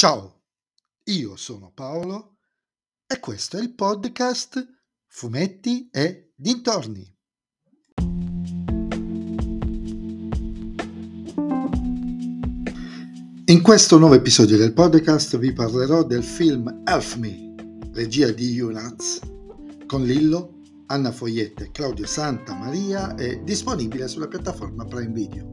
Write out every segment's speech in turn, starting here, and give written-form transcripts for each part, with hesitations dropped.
Ciao, io sono Paolo e questo è il podcast Fumetti e Dintorni. In questo nuovo episodio del podcast vi parlerò del film Elf Me, regia di Junaz, con Lillo, Anna Fogliette e Claudio Santamaria, è disponibile sulla piattaforma Prime Video.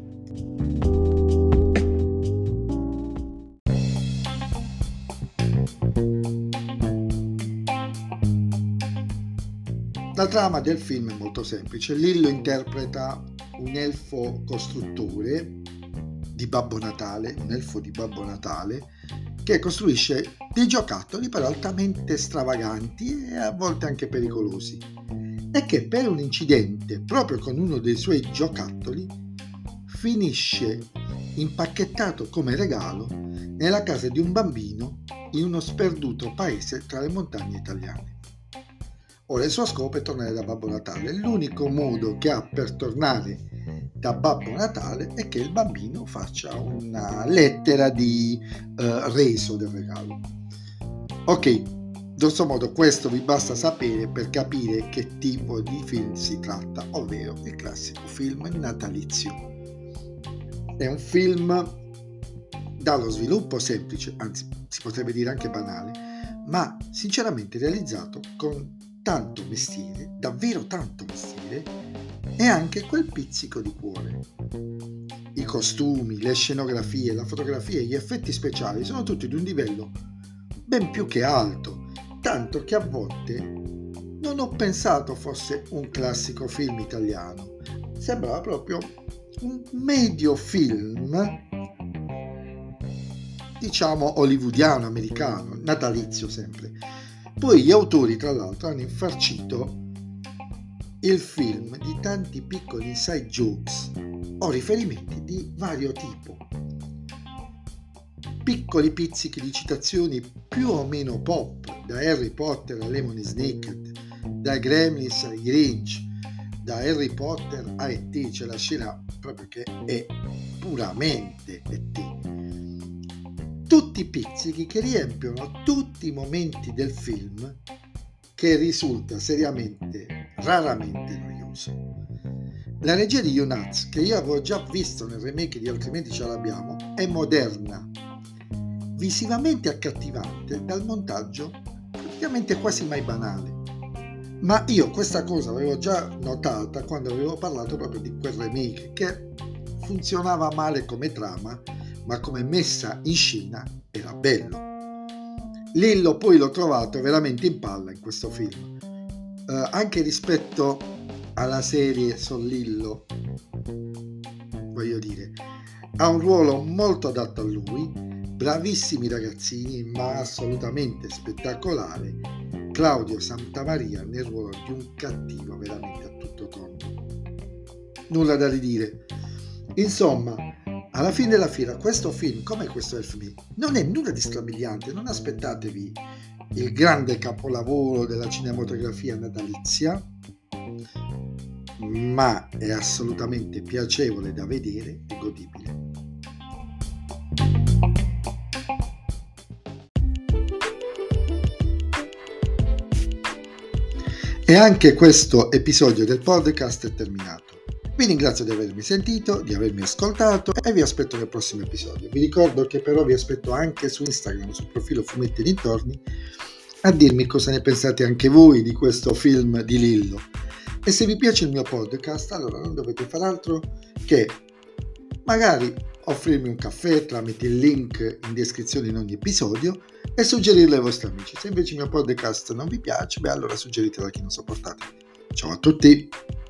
La trama del film è molto semplice. Lillo interpreta un elfo costruttore di Babbo Natale, un elfo di Babbo Natale, che costruisce dei giocattoli però altamente stravaganti e a volte anche pericolosi, e che per un incidente proprio con uno dei suoi giocattoli finisce impacchettato come regalo nella casa di un bambino in uno sperduto paese tra le montagne italiane. Ora il suo scopo è tornare da Babbo Natale. L'unico modo che ha per tornare da Babbo Natale è che il bambino faccia una lettera di reso del regalo. Ok, grosso modo questo vi basta sapere per capire che tipo di film si tratta, ovvero il classico film natalizio. È un film dallo sviluppo semplice, anzi si potrebbe dire anche banale, ma sinceramente realizzato con tanto mestiere, davvero tanto mestiere, e anche quel pizzico di cuore. I costumi, le scenografie, la fotografia e gli effetti speciali sono tutti di un livello ben più che alto, tanto che a volte non ho pensato fosse un classico film italiano. Sembrava proprio un medio film, diciamo hollywoodiano, americano, natalizio sempre. Poi gli autori, tra l'altro, hanno infarcito il film di tanti piccoli inside jokes o riferimenti di vario tipo. Piccoli pizzichi di citazioni più o meno pop, da Harry Potter a Lemony Snicket, da Gremlins a Grinch, da Harry Potter a E.T. C'è la scena proprio che è puramente E.T. Tutti pizzichi che riempiono tutti i momenti del film, che risulta raramente noioso. La regia di Junaz, che io avevo già visto nel remake di Altrimenti ce l'abbiamo, è moderna, visivamente accattivante, dal montaggio praticamente quasi mai banale. Ma io questa cosa l'avevo già notata quando avevo parlato proprio di quel remake, che funzionava male come trama, ma come messa in scena era bello. Lillo poi l'ho trovato veramente in palla in questo film, anche rispetto alla serie Son Lillo, voglio dire, ha un ruolo molto adatto a lui, bravissimi ragazzini, ma assolutamente spettacolare Claudio Santamaria nel ruolo di un cattivo veramente a tutto tondo. Nulla da ridire. Insomma, alla fine della fiera questo film, come questo Elf Me, non è nulla di strabiliante. Non aspettatevi il grande capolavoro della cinematografia natalizia, ma è assolutamente piacevole da vedere e godibile. E anche questo episodio del podcast è terminato. Vi ringrazio di avermi sentito, di avermi ascoltato e vi aspetto nel prossimo episodio. Vi ricordo che però vi aspetto anche su Instagram, sul profilo Fumetti e Dintorni, a dirmi cosa ne pensate anche voi di questo film di Lillo. E se vi piace il mio podcast, allora non dovete fare altro che magari offrirmi un caffè tramite il link in descrizione in ogni episodio e suggerirlo ai vostri amici. Se invece il mio podcast non vi piace, allora suggeritelo a chi non sopportate. Ciao a tutti!